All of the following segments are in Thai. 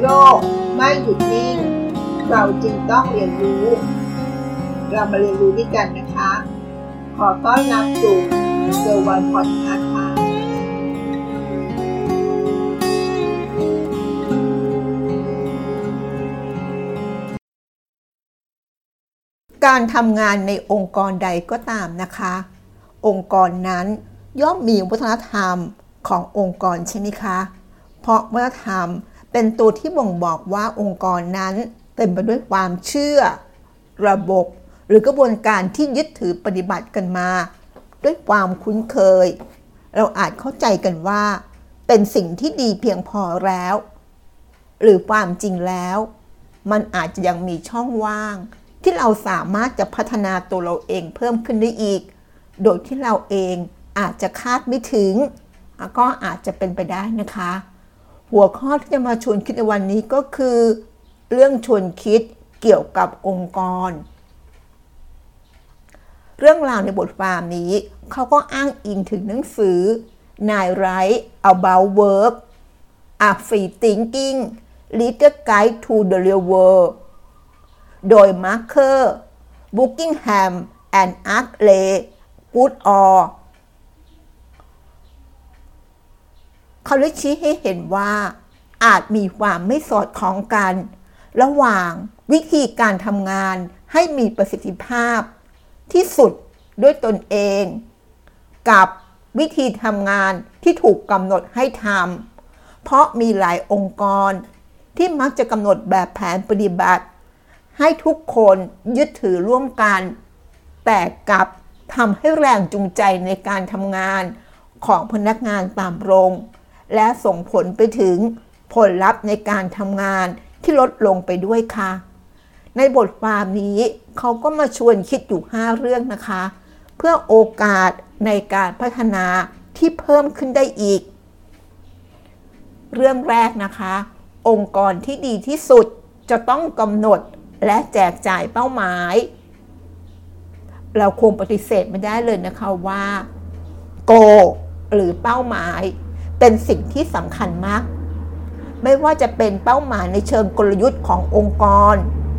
กไม่หยุดนิ่งเราจึงต้องเรียนรู้เรามาเรียนรู้ด้วยกันนะคะขอต้อนรับสู่เซอร์วันพอดคาสต์ค่ะการทำงานในองค์กรใดก็ตามนะคะองค์กรนั้นย่อมมีวัฒนธรรมขององค์กรใช่ไหมคะเพราะวัฒนธรรมเป็นตัวที่บ่งบอกว่าองค์กรนั้นเต็มไปด้วยความเชื่อระบบหรือกระบวนการที่ยึดถือปฏิบัติกันมาด้วยความคุ้นเคยเราอาจเข้าใจกันว่าเป็นสิ่งที่ดีเพียงพอแล้วหรือความจริงแล้วมันอาจจะยังมีช่องว่างที่เราสามารถจะพัฒนาตัวเราเองเพิ่มขึ้นได้อีกโดยที่เราเองอาจจะคาดไม่ถึงก็อาจจะเป็นไปได้นะคะหัวข้อที่จะมาชวนคิดในวันนี้ก็คือเรื่องชวนคิดเกี่ยวกับองค์กรเรื่องราวในบทความนี้เขาก็อ้างอิงถึงหนังสือ Nine Right About Work A Free Thinking Leader Guide to the Real World โดยมาร์เคอร์ บุกิงแฮม and อาร์คเลย์ กูดออร์เขาได้ชี้ให้เห็นว่าอาจมีความไม่สอดคล้องกันระหว่างวิธีการทำงานให้มีประสิทธิภาพที่สุดด้วยตนเองกับวิธีทำงานที่ถูกกำหนดให้ทำเพราะมีหลายองค์กรที่มักจะกำหนดแบบแผนปฏิบัติให้ทุกคนยึดถือร่วมกันแต่กลับทำให้แรงจูงใจในการทำงานของพนักงานต่ำลงและส่งผลไปถึงผลลัพธ์ในการทำงานที่ลดลงไปด้วยค่ะในบทความนี้เขาก็มาชวนคิดอยู่5เรื่องนะคะเพื่อโอกาสในการพัฒนาที่เพิ่มขึ้นได้อีกเรื่องแรกนะคะองค์กรที่ดีที่สุดจะต้องกำหนดและแจกจ่ายเป้าหมายเราคงปฏิเสธไม่ได้เลยนะคะว่า goal หรือเป้าหมายเป็นสิ่งที่สำคัญมากไม่ว่าจะเป็นเป้าหมายในเชิงกลยุทธ์ขององค์กร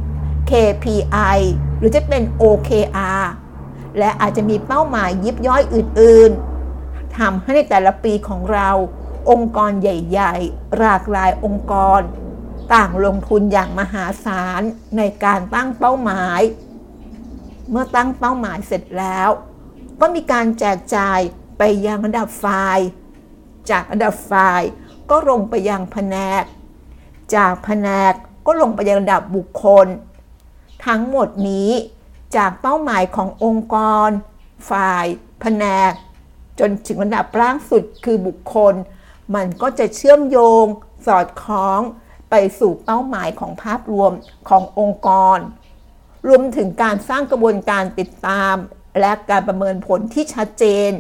KPI หรือจะเป็น OKR และอาจจะมีเป้าหมายยิบย่อยอื่นๆทำให้ในแต่ละปีของเราองค์กรใหญ่ๆหลากหลายองค์กรต่างลงทุนอย่างมหาศาลในการตั้งเป้าหมายเมื่อตั้งเป้าหมายเสร็จแล้วก็มีการแจกจ่ายไปยังระดับฝ่ายจากระดับฝ่ายก็ลงไปยังแผนกจากแผนกก็ลงไปยังระดับบุคคลทั้งหมดนี้จากเป้าหมายขององค์กรฝ่ายแผนกจนถึงระดับล่างสุดคือบุคคลมันก็จะเชื่อมโยงสอดคล้องไปสู่เป้าหมายของภาพรวมขององค์กรรวมถึงการสร้างกระบวนการติดตามและการประเมินผลที่ชัดเจน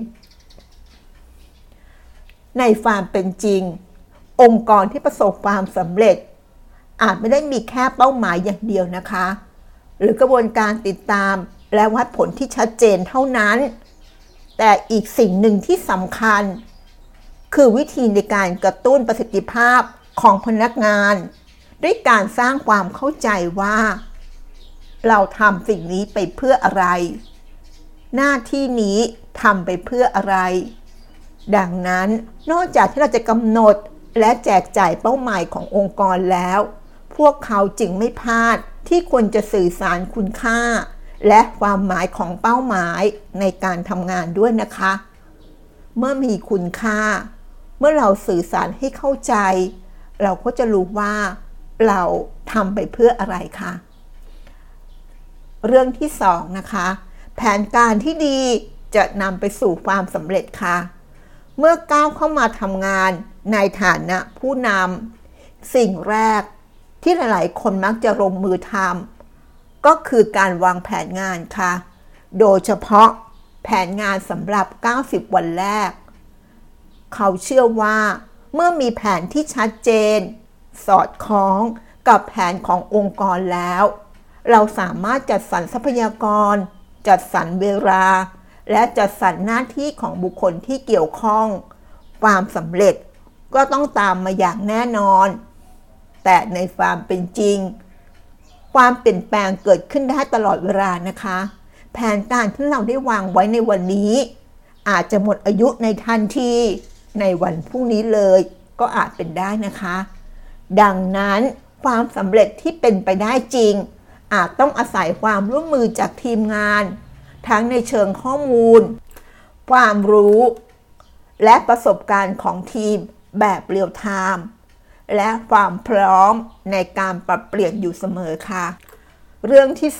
ในความเป็นจริงองค์กรที่ประสบความสำเร็จอาจไม่ได้มีแค่เป้าหมายอย่างเดียวนะคะหรือกระบวนการติดตามและวัดผลที่ชัดเจนเท่านั้นแต่อีกสิ่งหนึ่งที่สำคัญคือวิธีในการกระตุ้นประสิทธิภาพของพนักงานด้วยการสร้างความเข้าใจว่าเราทำสิ่งนี้ไปเพื่ออะไรหน้าที่นี้ทำไปเพื่ออะไรดังนั้นนอกจากที่เราจะกำหนดและแจกจ่ายเป้าหมายขององค์กรแล้วพวกเขาจึงไม่พลาดที่ควรจะสื่อสารคุณค่าและความหมายของเป้าหมายในการทำงานด้วยนะคะเมื่อมีคุณค่าเมื่อเราสื่อสารให้เข้าใจเราก็จะรู้ว่าเราทำไปเพื่ออะไรคะเรื่องที่2นะคะแผนการที่ดีจะนำไปสู่ความสำเร็จค่ะเมื่อก้าวเข้ามาทำงานในฐานะผู้นำสิ่งแรกที่หลายๆคนมักจะลงมือทำก็คือการวางแผนงานค่ะโดยเฉพาะแผนงานสำหรับ90วันแรกเขาเชื่อว่าเมื่อมีแผนที่ชัดเจนสอดคล้องกับแผนขององค์กรแล้วเราสามารถจัดสรรทรัพยากรจัดสรรเวลาและจัดสรรหน้าที่ของบุคคลที่เกี่ยวข้องความสำเร็จก็ต้องตามมาอย่างแน่นอนแต่ในความเป็นจริงความเปลี่ยนแปลงเกิดขึ้นได้ตลอดเวลานะคะแผนการที่เราได้วางไว้ในวันนี้อาจจะหมดอายุในทันทีในวันพรุ่งนี้เลยก็อาจเป็นได้นะคะดังนั้นความสำเร็จที่เป็นไปได้จริงอาจต้องอาศัยความร่วมมือจากทีมงานทั้งในเชิงข้อมูลความรู้และประสบการณ์ของทีมแบบเรียลไทม์และความพร้อมในการปรับเปลี่ยนอยู่เสมอค่ะเรื่องที่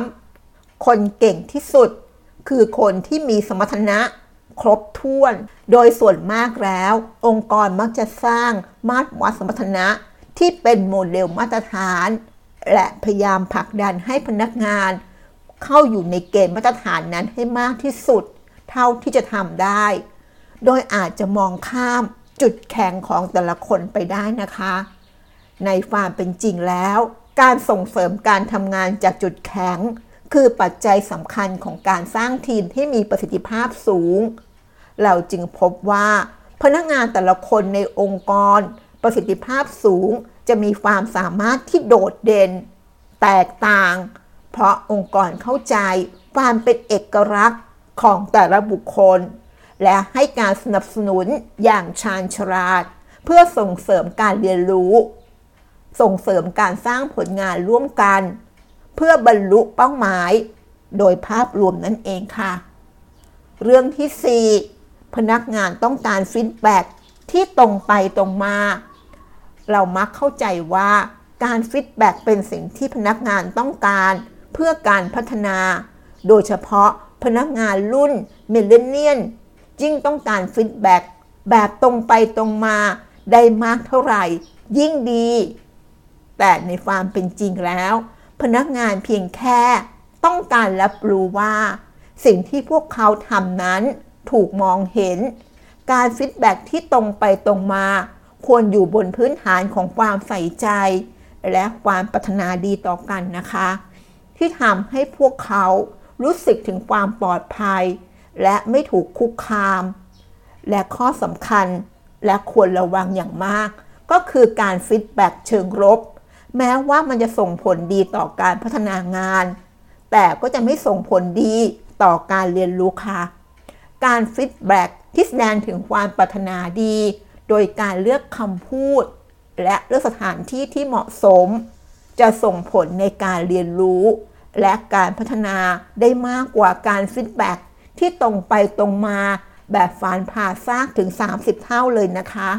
3 คนเก่งที่สุดคือคนที่มีสมรรถนะครบถ้วนโดยส่วนมากแล้วองค์กรมักจะสร้างมาตรวัดสมรรถนะที่เป็นโมเดลมาตรฐานและพยายามผลักดันให้พนักงานเข้าอยู่ในเกณฑ์มาตรฐานนั้นให้มากที่สุดเท่าที่จะทำได้โดยอาจจะมองข้ามจุดแข็งของแต่ละคนไปได้นะคะในความเป็นจริงแล้วการส่งเสริมการทำงานจากจุดแข็งคือปัจจัยสำคัญของการสร้างทีมที่มีประสิทธิภาพสูงเราจึงพบว่าพนักงานแต่ละคนในองค์กรประสิทธิภาพสูงจะมีความสามารถที่โดดเด่นแตกต่างเพราะองค์กรเข้าใจความเป็นเอกลักษณ์ของแต่ละบุคคลและให้การสนับสนุนอย่างชาญฉลาดเพื่อส่งเสริมการเรียนรู้ส่งเสริมการสร้างผลงานร่วมกันเพื่อบรรลุเป้าหมายโดยภาพรวมนั่นเองค่ะเรื่องที่ 4 พนักงานต้องการฟีดแบ็กที่ตรงไปตรงมาเรามักเข้าใจว่าการฟีดแบ็กเป็นสิ่งที่พนักงานต้องการเพื่อการพัฒนาโดยเฉพาะพนักงานรุ่นมิลเลนเนียลยิ่งต้องการฟีดแบ็กแบบตรงไปตรงมาได้มากเท่าไหร่ยิ่งดีแต่ในความเป็นจริงแล้วพนักงานเพียงแค่ต้องการรับรู้ว่าสิ่งที่พวกเขาทำนั้นถูกมองเห็นการฟีดแบ็กที่ตรงไปตรงมาควรอยู่บนพื้นฐานของความใส่ใจและความปรารถนาดีต่อกันนะคะที่ทำให้พวกเขารู้สึกถึงความปลอดภัยและไม่ถูกคุกคามและข้อสำคัญและควรระวังอย่างมากก็คือการฟีดแบ็กเชิงลบแม้ว่ามันจะส่งผลดีต่อการพัฒนางานแต่ก็จะไม่ส่งผลดีต่อการเรียนรู้ค่ะการฟีดแบ็กที่แสดงถึงความปรารถนาดีโดยการเลือกคำพูดและเลือกสถานที่ที่เหมาะสมจะส่งผลในการเรียนรู้และการพัฒนาได้มากกว่าการฟีดแบ็กที่ตรงไปตรงมาแบบฝานผ่าซากถึง30เท่าเลยนะคะ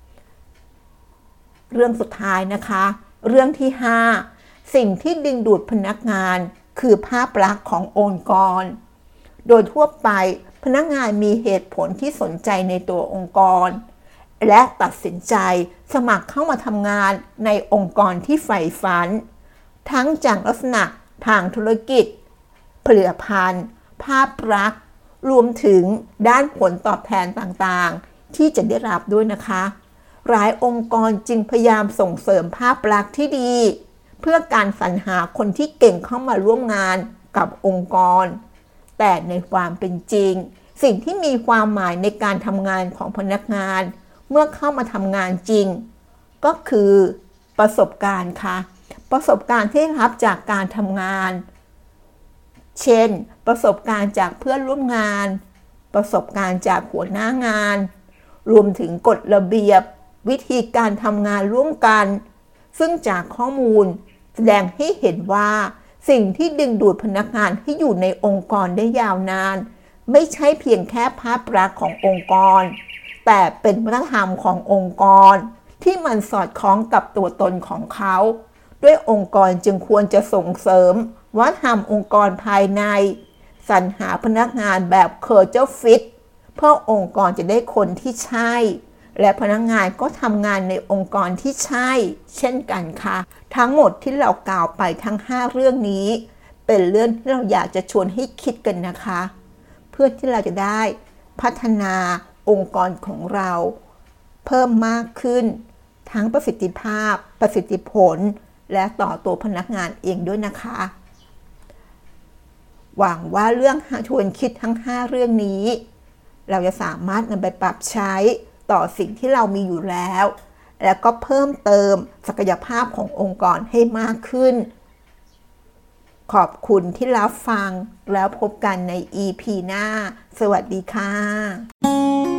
เรื่องสุดท้ายนะคะเรื่องที่ 5 สิ่งที่ดึงดูดพนักงานคือภาพลักษณ์ขององค์กรโดยทั่วไปพนักงานมีเหตุผลที่สนใจในตัวองค์กรและตัดสินใจสมัครเข้ามาทำงานในองค์กรที่ใฝ่ฝันทั้งจากลักษณะทางธุรกิจผลิตภัณฑ์ภาพลักษณ์รวมถึงด้านผลตอบแทนต่างๆที่จะได้รับด้วยนะคะหลายองค์กรจึงพยายามส่งเสริมภาพลักษณ์ที่ดีเพื่อการสรรหาคนที่เก่งเข้ามาร่วมงานกับองค์กรแต่ในความเป็นจริงสิ่งที่มีความหมายในการทำงานของพนักงานเมื่อเข้ามาทำงานจริงก็คือประสบการณ์ค่ะประสบการณ์ที่รับจากการทำงานเช่นประสบการณ์จากเพื่อนร่วมงานประสบการณ์จากหัวหน้างานรวมถึงกฎระเบียบวิธีการทำงานร่วมกันซึ่งจากข้อมูลแสดงให้เห็นว่าสิ่งที่ดึงดูดพนักงานให้อยู่ในองค์กรได้ยาวนานไม่ใช่เพียงแค่ภาพลักษณ์ขององค์กรแต่เป็นวัฒนธรรมขององค์กรที่มันสอดคล้องกับตัวตนของเขาด้วยองค์กรจึงควรจะส่งเสริมวัฒนธรรมองค์กรภายในสรรหาพนักงานแบบ culture fit เพื่อองค์กรจะได้คนที่ใช่และพนักงานก็ทำงานในองค์กรที่ใช่เช่นกันค่ะทั้งหมดที่เรากล่าวไปทั้ง5เรื่องนี้เป็นเรื่องที่เราอยากจะชวนให้คิดกันนะคะเพื่อที่เราจะได้พัฒนาองค์กรของเราเพิ่มมากขึ้นทั้งประสิทธิภาพประสิทธิผลและต่อตัวพนักงานเองด้วยนะคะหวังว่าเรื่องชวนคิดทั้ง5เรื่องนี้เราจะสามารถนำไปปรับใช้ต่อสิ่งที่เรามีอยู่แล้วแล้วก็เพิ่มเติมศักยภาพขององค์กรให้มากขึ้นขอบคุณที่รับฟังแล้วพบกันใน EP หน้าสวัสดีค่ะ